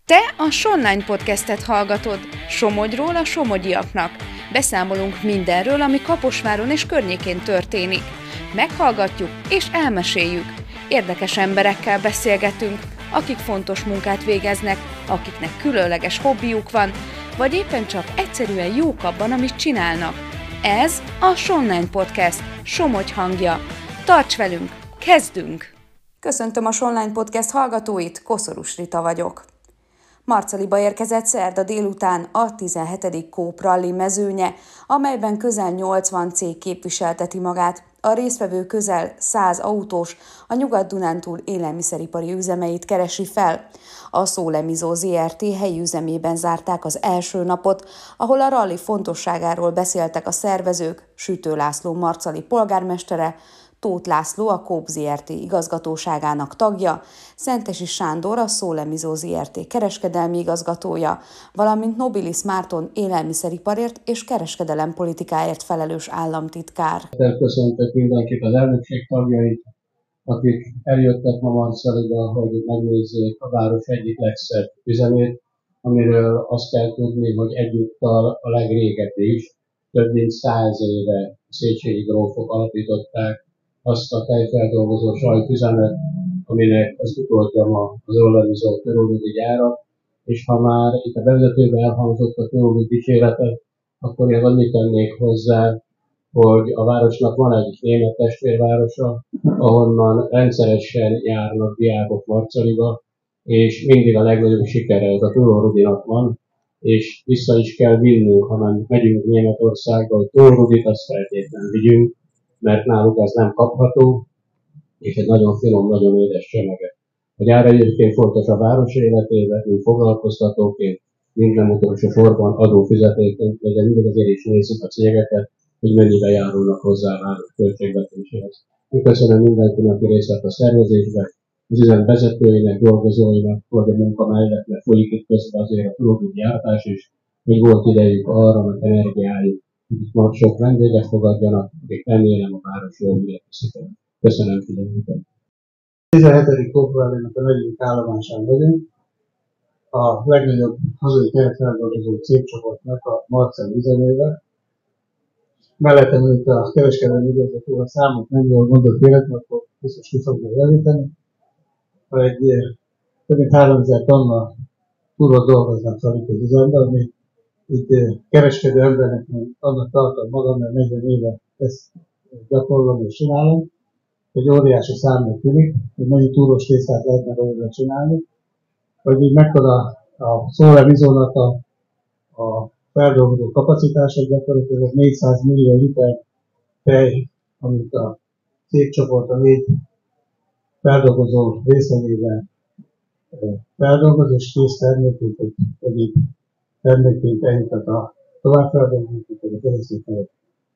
Te a Sonline podcastet hallgatod, Somogyról a somogyiaknak. Beszámolunk mindenről, ami Kaposváron és környékén történik. Meghallgatjuk és elmeséljük. Érdekes emberekkel beszélgetünk, akik fontos munkát végeznek, akiknek különleges hobbiuk van, vagy éppen csak egyszerűen jók abban, amit csinálnak. Ez a Sonline Podcast, Somogy hangja. Tarts velünk, kezdünk! Köszöntöm a Sonline Podcast hallgatóit, Koszorús Rita vagyok. Marcaliba érkezett szerda délután a 17. Coop Rally mezőnye, amelyben közel 80 cég képviselteti magát. A résztvevő közel 100 autós a Nyugat-Dunántúl élelmiszeripari üzemeit keresi fel. A Szólemizó Zrt. Helyi üzemében zárták az első napot, ahol a rally fontosságáról beszéltek a szervezők, Sütő László marcali polgármestere, Tóth László, a Coop Zrt. Igazgatóságának tagja, Szentesi Sándor, a Szólemizó Zrt. Kereskedelmi igazgatója, valamint Nobilis Márton élelmiszeriparért és kereskedelempolitikáért felelős államtitkár. Köszöntök mindenkit, az elnökség tagjait, akik eljöttek ma Marcaliba, hogy megnézzék a város egyik legszebb üzemét, amiről azt kell tudni, hogy egyúttal a legrégebbi is, több mint 100 éve a széchenyi grófok alapították azt a tejfeldolgozó sajtüzemet, aminek az utódja ma az Szólemizó körülmúlti gyára, és ha már itt a bevezetőben elhangzott a körülmúlti dicséretet, akkor én annyit tennék hozzá, hogy a városnak van egy német testvérvárosa, ahonnan rendszeresen járnak diákok Marcaliba, és mindig a legnagyobb sikere ez a Túlórudinak van, és vissza is kell vinnünk, ha megyünk Németországba, hogy Túlórudit azt feltétlenül vigyünk, mert náluk ez nem kapható, és egy nagyon finom, nagyon édes csemege. A gyár egyébként fontos a város életében, mint foglalkoztatóként, mind nem utolsó sorban adófizetőként, de mindig azért is nézzük a cégeket, hogy mennyibe járulnak hozzá a város költségvetéséhez. Köszönöm mindenkinek, aki részt vett a szervezésben, az üzem vezetőinek, dolgozóinak, hogy a munka mellett, mert folyik itt közben azért a produktív gyártás is, hogy volt idejük arra, meg energiájuk, hogy itt ma sok vendéget fogadjanak, akik remélem a város jól viszik el. Köszönöm figyelmüket. 17. Coop Rally-nak a 4. állomásán vagyunk. A legnagyobb hazai tejfeldolgozó cégcsoportnak a Marcali üzemével. Mellettem itt a kereskedelmi igazgató, a számot nem jól mondott életben, akkor biztos ki fogja javítani. Egy több mint 3000 tonna túrot dolgoznak fel itt az üzemben, ami itt kereskedő embernek annak tartom magam, mert 40 éve ezt gyakorlom és csinálom. Egy óriási számnak tűnik, hogy mennyi túros tésztát lehetne belőle csinálni, hogy így mekkora a Szólemizónak a feldolgozó kapacitása, gyakorlatilag 400 millió liter tej, amit a cégcsoport a 4 feldolgozó részlegében feldolgoz, és kész termékét, egyéb termékként eljutat a továbbfeldolgozóknak, vagy a fogyasztók.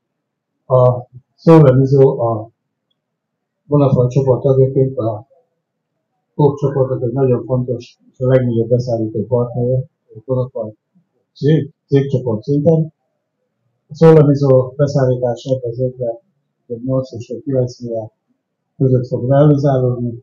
A Szólemizó a Bonafide csoport tagjaként a Coop csoportok egy nagyon fontos és a legnagyobb beszállító partnere a Bonafide cégcsoport szinten. A Szólemizó beszállítása ebben az évben 8 és 9 milliárd között fog realizálódni.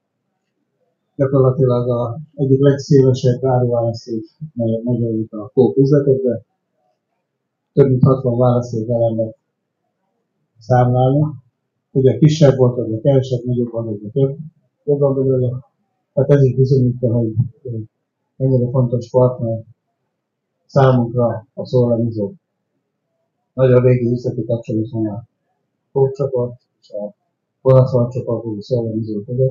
Gyakorlatilag az egyik legszélesebb áruválaszték, mely megjelenik a Coop üzletekben. Több mint 60 választékelemmel számlálni. Ugye kisebb volt, az a kevesebb, nagyobb van, az a több van belőle. Tehát ez is bizonyítja, hogy mennyire fontos partner számunkra a Szólemizó. Nagyon régi üzleti kapcsolat van a Coop csoport és a Bonafide csoport, a Szólemizó között.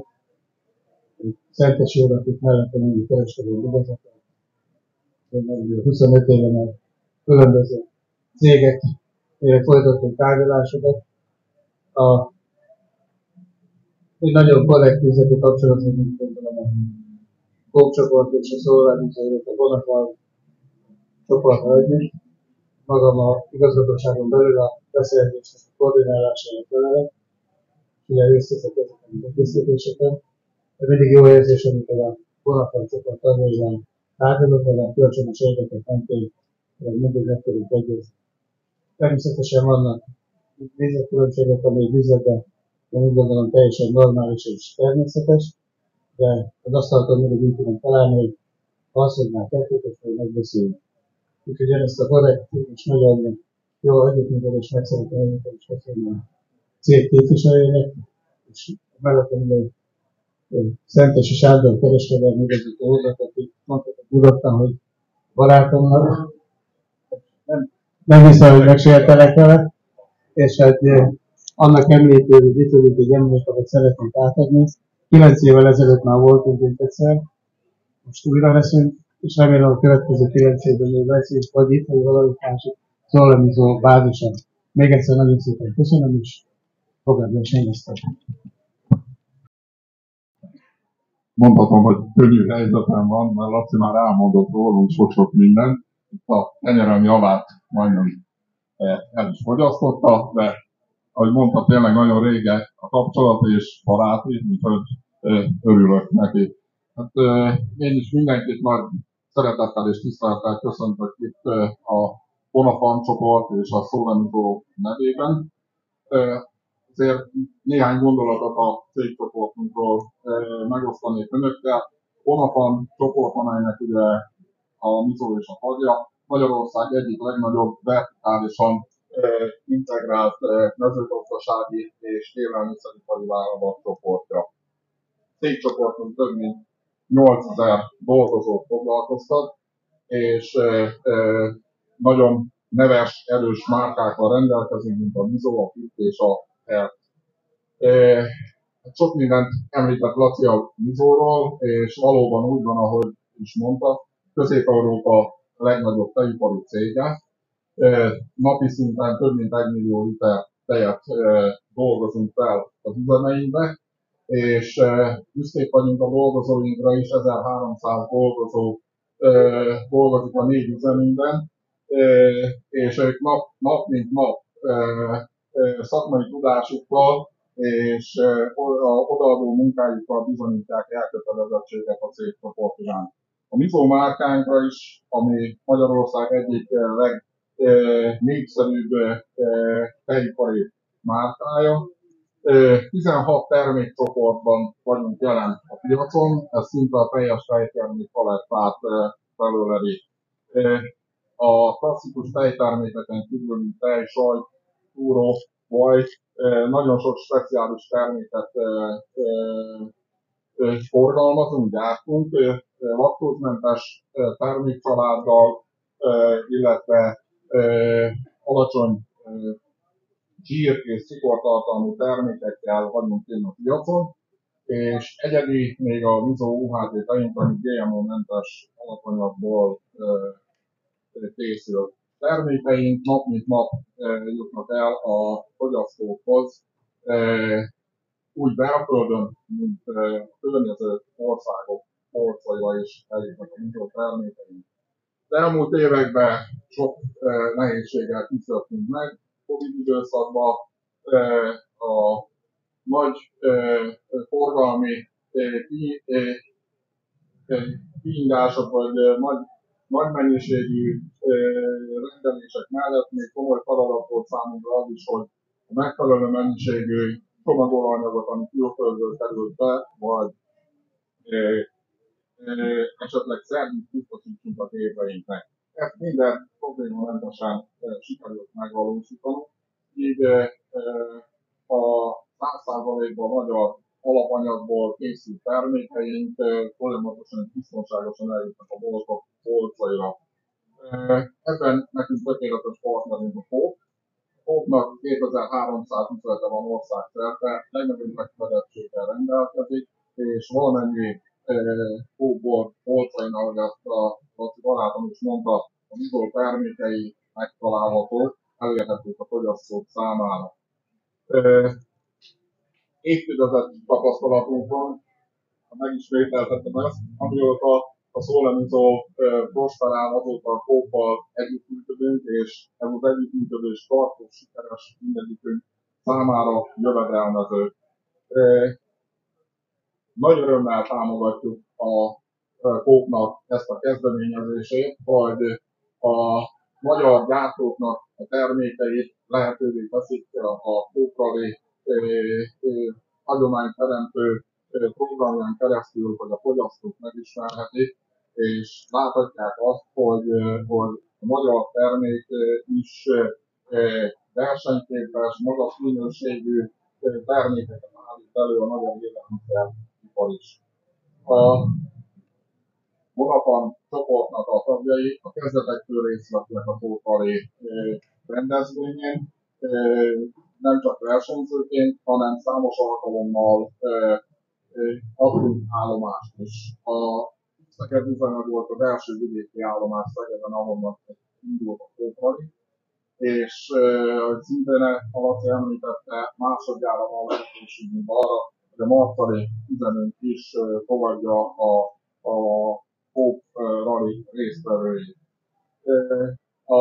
Szentesi úr, akik mellette mindig kereskedelmi igazgató, 25 éve már különböző cégek folytattunk tárgyalásokat. Egy nagyon kollektív üzleti kapcsolat, mint gondolom a Coop csoport és a Szólemizó, a Bonafide csoportra együtt. Magam a igazgatóságon belül a beszerzésnek a koordinálására felelek, ugye részt veszek ezeken az egyeztetéseken. De mindig jó érzés, amikor a Bonafide csoport tagjaival tárgyalok, de a kölcsönös érdekek mentén mindig meg tudunk egyezni. Természetesen vannak nézetkülönbségek, amelyik üzletben én úgy gondolom teljesen normális és természetes, de az asztalton mindig úgy tudom találni, hogy az, hogy már kettőt hogy megbeszélni. Úgyhogy én ezt a korrekt és nagyon jó együttműködést meg szeretném önöket is köszönni a cég képviselőjének, és mellettem Szentesi Sándor kereskedelmi igazgató úrnak, aki mondhatok nyugodtan, hogy barátomnak, nem hiszem, hogy megsértelek vele, és hát annak emlékül, hogy itt vagyunk egy emlék, amit szeretnék átadni. 9 évvel ezelőtt már voltunk itt egyszer, most újra leszünk, és remélem a következő 9 évben még leszünk, vagy itt, vagy valami másik szólamizó bázison. Még egyszer nagyon szépen köszönöm, és fogadni és megesztek. Mondhatom, hogy könnyű helyzetem van, mert Laci már elmondott rólunk sok mindent. Itt a tenyerem javát majdnem el is fogyasztotta, de ahogy mondta, tényleg nagyon rége a kapcsolat és baráti, úgyhogy örülök neki. Hát, én is mindenkit nagy szeretettel és tisztelettel köszöntök itt a Bonafan csoport és a Szólamizó nevében. Azért néhány gondolatot a cégcsoportunkról megosztanék önökkel. Bonafan csoport, amelynek ugye a Mizó és a tagja, Magyarország egyik legnagyobb vertikálisan integrált mezőgazdasági és élelmiszeripari vállalat csoportja. Cégcsoportunk több mint 8000 dolgozót foglalkoztat, és nagyon neves, erős márkákkal rendelkezünk, mint a Mizó, a Pitt és a Hert. Sok mindent említett Laci a Mizóról, és valóban úgy van, ahogy is mondta, Közép-Európa legnagyobb tejipari cége. Napi szinten több mint 1 millió liter tejet dolgozunk fel az üzemeinkbe, és büszkék vagyunk a dolgozóinkra is, 1300 dolgozó dolgozik a 4 üzemünkben, és ők nap mint nap szakmai tudásukkal és odaadó munkájukkal bizonyítják elkötelezettséget a cégcsoport iránt. A Mizó márkánkra is, ami Magyarország egyik legnépszerűbb tejipari márkája, 16 termékcsoportban vagyunk jelen a piacon, ez szinte a teljes tejtermék palettát felöleli. A klasszikus tejtermékeken kívül, mint tej, sajt, túró, vaj, nagyon sok speciális terméket forgalmazunk, gyártunk, laktózmentes termékcsaláddal, illetve alacsony zsír és cukortartalmú termékekkel vagyunk kint a piacon, és egyedi még a Mizó UHT tejünk, ami GMO-mentes alapanyagból készül. Termékeink nap mint nap jutnak el a fogyasztókhoz, úgy belföldön, mint a környező országok polcaira is eljutnak a Mizó termékeink. Az elmúlt években sok nehézséggel küzdöttünk meg. Covid időszakban a nagy forgalmi kiindások vagy nagy mennyiségű rendelések mellett még komoly feladat volt számunkra az is, hogy a megfelelő mennyiségű csomagolóanyagot, ami külföldről került be, vagy esetleg szervit biztosítsunk a gépeinknek. Ezt minden problémamentesen sikerült megvalósítanunk. Így a 100%-ban magyar alapanyagból készült termékeink folyamatosan és biztonságosan eljutnak a boltok polcaira. Ebben nekünk tökéletes partnerünk a Coop. A Coopnak 2300 üzlete van országszerte, legnagyobb megfedettséggel rendelkezik, és valamennyi Coop polcain, ahogy azt a barátom is mondta, a Mizó termékei megtalálhatók, elérhetők a fogyasztók számára. Évtizedek tapasztalatunk van, ha megismételtetem ezt, amióta a Szólamizó prosperál, azóta a Coop-val együttműködünk, és ez az együttműködés tartós, sikeres, mindegyikünk számára jövedelmező. Nagy örömmel támogatjuk a Coop-nak ezt a kezdeményezését, hogy a magyar gyártóknak a termékeit lehetővé teszik a Coop-rali hagyományteremtő programján keresztül, hogy a fogyasztók megismerhetik, és láthatják azt, hogy a magyar termék is versenyképes, magas minőségű termékeket állít elő a magyar élelmiszeripar is. A Bonafan csoportnak a tagjai a kezdetektől részt vettek a Tóth rendezvényen, nem csak versenyzőként, hanem számos alkalommal adtunk állomást is. A Szeged bizony volt az első vidéki állomás Szegeden, ahonnan indult a Tóth, és szintén a Laci említette, másodjára van lehetőségünk arra, hogy a marcali üzemünk is fogadja a Hope Rally résztvevőit. A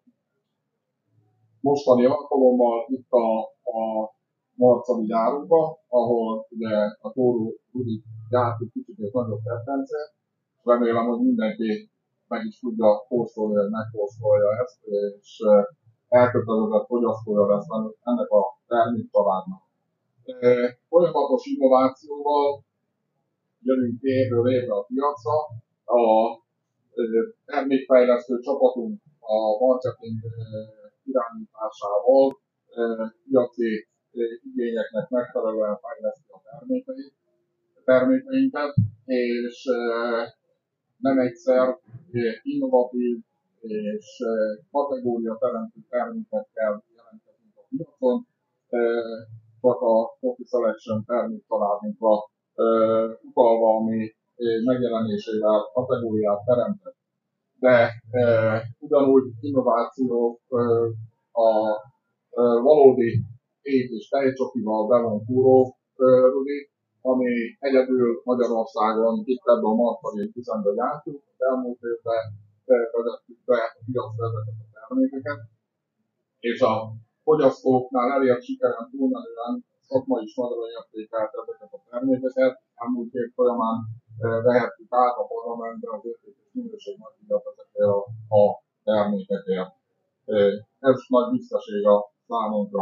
mostani alkalommal itt a marcali gyárunkba, ahol ugye a Tóró Rudi gyártjuk kicsit nagyobb kettencet. Remélem, hogy mindenki meg is tudja kóstolni, hogy megkóstolja ezt, és elkötelezett fogyasztója lesz ennek a termékcsaládnak. Folyamatos innovációval jönünk évről évre a piacra. A termékfejlesztő csapatunk a marketing irányításával piaci igényeknek megfelelően fejleszti a termékeinket, és nem egyszer innovatív és kategória teremtő termékekkel jelentkezünk a piacon, csak a Coffee Selection termékcsaládunkra utalva, ami megjelenésével kategóriát teremtett. De ugyanúgy innovációk a valódi év és tejcsokival bevont Túró Rudi, ami egyedül Magyarországon itt ebben a marcali üzemben gyártjuk. Az elmúlt évben vezettük be a piacra ezeket a termékeket, és a fogyasztóknál elért sikeren túlmenően szakma is nagyra értékelt ezeket a termékeket. Elmúlt év folyamán vehettük át a parlamentben az értékes minőség nagydíjat ezekért a termékekért. Ez nagy biztoség a számunkra.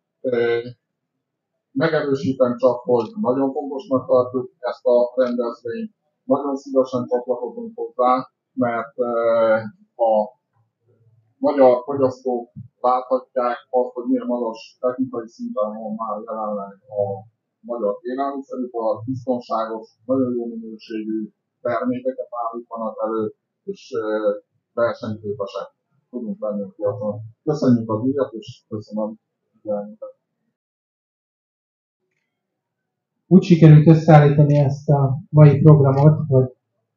Megerősítem csak, hogy nagyon fontosnak tartjuk ezt a rendezvényt. Nagyon szívesen csatlakozunk hozzá, mert a magyar fogyasztók láthatják azt, hogy milyen magas technikai szinten van már jelenleg a magyar élelmiszeripar, biztonságos, nagyon jó minőségű termékeket állítanak elő, és versenyképesek tudunk lenni a piacon. Köszönjük a díjat, és köszönöm figyelmüket. Úgy sikerült összeállítani ezt a mai programot, hogy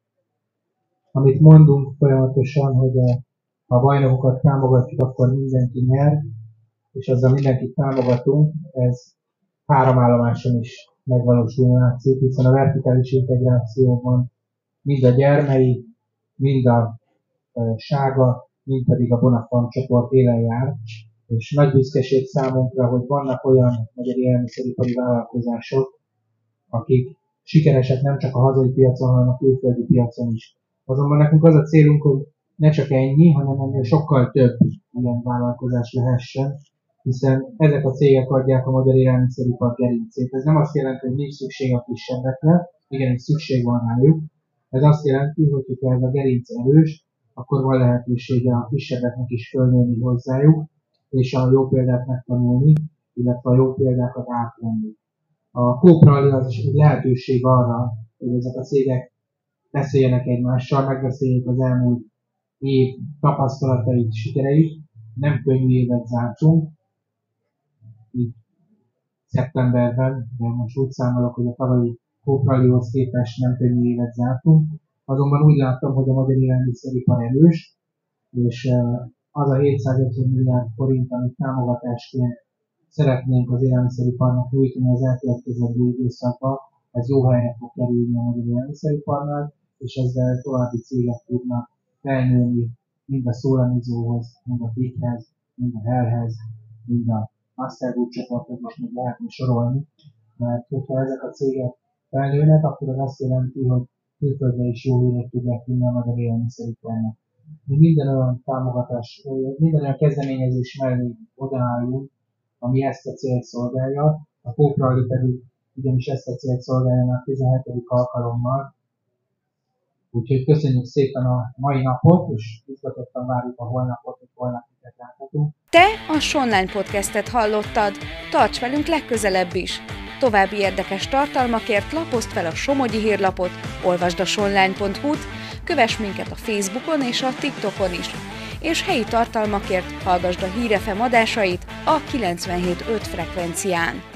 amit mondunk folyamatosan, hogy ha a bajnokokat támogatjuk, akkor mindenki nyer, és azzal mindenkit támogatunk, ez 3 állomáson is megvalósulni látszik, hiszen a vertikális integrációban mind a Gyermei, mind a Sága, mind pedig a Bonafan csoport élen jár, és nagy büszkeség számunkra, hogy vannak olyan magyar élelmiszeripari vállalkozások, akik sikeresek nem csak a hazai piacon, hanem a külföldi piacon is. Azonban nekünk az a célunk, hogy ne csak ennyi, hanem ennél sokkal több ilyen vállalkozás lehessen, hiszen ezek a cégek adják a magyar élelmiszeripar gerincét. Ez nem azt jelenti, hogy nincs szükség a kisebbekre, igenis szükség van rájuk. Ez azt jelenti, hogy ha ez a gerinc erős, akkor van lehetősége a kisebbeknek is fölnőni hozzájuk, és a jó példát megtanulni, illetve a jó példákat átvenni. A Coop Rally az is egy lehetőség arra, hogy ezek a cégek beszéljenek egymással, megbeszéljék az elmúlt év tapasztalatait, sikereit. Nem könnyű évet zártunk, itt szeptemberben, de most úgy számolok, hogy a tavalyi Coop Rallyhoz képest nem könnyű évet zártunk. Azonban úgy láttam, hogy a magyar élelmiszeripar erős, és az a 750 milliárd forint, amit támogatásként szeretnénk az élelmiszeriparnak nyújtani az elkövetkezendő időszakban, ez jó helyre fog kerülni a magyar élelmiszeriparnál, és ezzel további cégek tudnak felnőni mind a Szóranizóhoz, mind a Pikhez, mind a Hellhez, mind a Mastergroup csoportot is még lehetne sorolni, mert hogyha ezek a cégek felnőnek, akkor az azt jelenti, hogy külföldre is jó hírek tudják vinni a magyar élelmiszeriparnak. Mi minden olyan támogatás, minden olyan kezdeményezés mellé odaállunk, ami ezt a célt szolgálja, a Coop Rally pedig ugyanis ezt a célt szolgálja már 17. alkalommal. Úgyhogy köszönjük szépen a mai napot, és izgatottan várjuk a holnapot, hogy holnap minket láthatunk. Te a Sonline Podcastet hallottad, tarts velünk legközelebb is! További érdekes tartalmakért lapozd fel a Somogyi hírlapot, olvasd a sonline.hu-t, kövess minket a Facebookon és a TikTokon is, és helyi tartalmakért hallgasd a Hír FM adásait a 97.5 frekvencián.